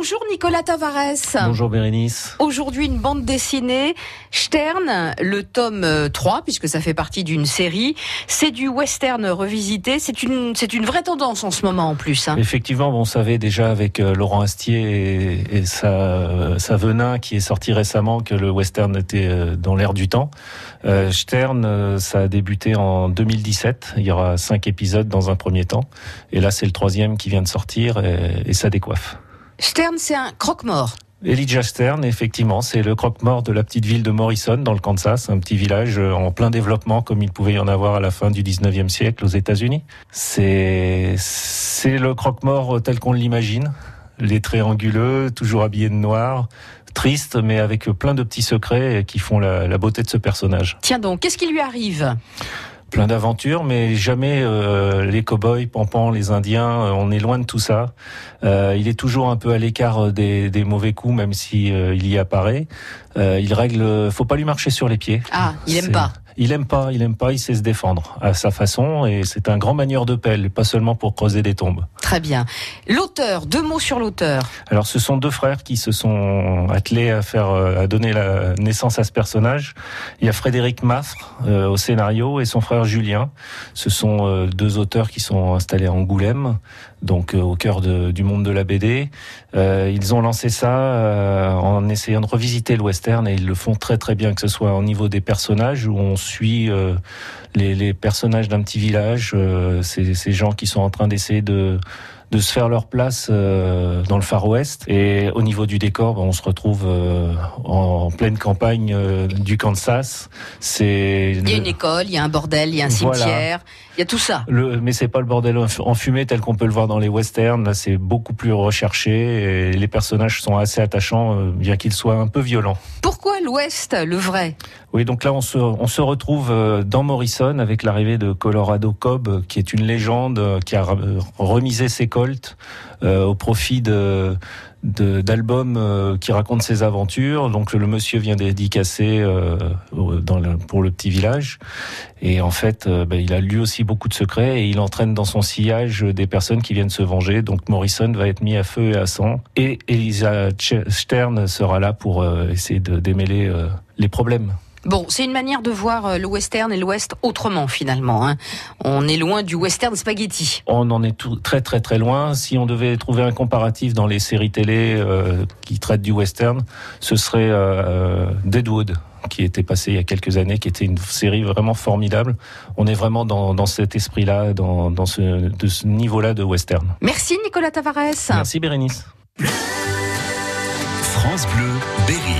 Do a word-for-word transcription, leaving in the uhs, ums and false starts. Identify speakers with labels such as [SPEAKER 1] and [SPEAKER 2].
[SPEAKER 1] Bonjour Nicolas Tavares.
[SPEAKER 2] Bonjour Bérénice.
[SPEAKER 1] Aujourd'hui une bande dessinée, Stern, le tome trois, puisque ça fait partie d'une série. C'est du western revisité, c'est une, c'est une vraie tendance en ce moment en plus. Hein.
[SPEAKER 2] Effectivement, on savait déjà avec euh, Laurent Astier et, et sa, euh, sa Venin qui est sorti récemment que le western était euh, dans l'air du temps. Euh, Stern, euh, ça a débuté en deux mille dix-sept, il y aura cinq épisodes dans un premier temps. Et là c'est le troisième qui vient de sortir et, et ça décoiffe.
[SPEAKER 1] Stern, c'est un croque-mort.
[SPEAKER 2] Elijah Stern, effectivement, c'est le croque-mort de la petite ville de Morrison, dans le Kansas, un petit village en plein développement, comme il pouvait y en avoir à la fin du dix-neuvième siècle aux États-Unis. C'est, c'est le croque-mort tel qu'on l'imagine, les traits anguleux, toujours habillé de noir, triste, mais avec plein de petits secrets qui font la, la beauté de ce personnage.
[SPEAKER 1] Tiens donc, qu'est-ce qui lui arrive ?
[SPEAKER 2] Plein d'aventures, mais jamais euh, les cow-boys, pampans, les Indiens, euh, on est loin de tout ça. Euh, il est toujours un peu à l'écart des, des mauvais coups, même si euh, il y apparaît. Euh, il règle, faut pas lui marcher sur les pieds.
[SPEAKER 1] Ah, il aime
[SPEAKER 2] c'est...
[SPEAKER 1] pas.
[SPEAKER 2] Il aime pas, il aime pas, il sait se défendre à sa façon et c'est un grand manieur de pelle, pas seulement pour creuser des tombes.
[SPEAKER 1] Très bien. L'auteur, deux mots sur l'auteur.
[SPEAKER 2] Alors ce sont deux frères qui se sont attelés à faire, à donner la naissance à ce personnage. Il y a Frédéric Maffre euh, au scénario et son frère Julien. Ce sont euh, deux auteurs qui sont installés à Angoulême, donc euh, au cœur de, du monde de la B D. Euh, ils ont lancé ça euh, en essayant de revisiter le western et ils le font très très bien, que ce soit au niveau des personnages où on suit euh, les, les personnages d'un petit village, euh, ces, ces gens qui sont en train d'essayer de de se faire leur place euh, dans le Far West. Et au niveau du décor, ben, on se retrouve euh, en, en pleine campagne euh, du Kansas. C'est
[SPEAKER 1] il y a une école, il y a un bordel, il y a un cimetière, voilà. Il y a tout ça.
[SPEAKER 2] Le, mais c'est pas le bordel enfumé tel qu'on peut le voir dans les westerns. Là, c'est beaucoup plus recherché et les personnages sont assez attachants, euh, bien qu'ils soient un peu violents.
[SPEAKER 1] Pourquoi l'Ouest, le vrai ?
[SPEAKER 2] Oui, donc là, on se, on se retrouve dans Morrison avec l'arrivée de Colorado Cobb, qui est une légende qui a remisé ses Colts euh, au profit de, de, d'albums euh, qui racontent ses aventures. Donc le monsieur vient dédicacer euh, dans le, pour le petit village. Et en fait, euh, ben, il a lui aussi beaucoup de secrets et il entraîne dans son sillage des personnes qui viennent se venger. Donc Morrison va être mis à feu et à sang. Et Elijah Stern sera là pour euh, essayer de démêler euh, les problèmes.
[SPEAKER 1] Bon, c'est une manière de voir le western et l'Ouest autrement finalement. Hein. On est loin du western spaghetti.
[SPEAKER 2] On en est tout, très très très loin. Si on devait trouver un comparatif dans les séries télé euh, qui traitent du western, ce serait euh, Deadwood, qui était passé il y a quelques années, qui était une série vraiment formidable. On est vraiment dans, dans cet esprit-là, dans, dans ce, de ce niveau-là de western.
[SPEAKER 1] Merci Nicolas Tavares.
[SPEAKER 2] Merci Bérénice.
[SPEAKER 3] France Bleu, Berry.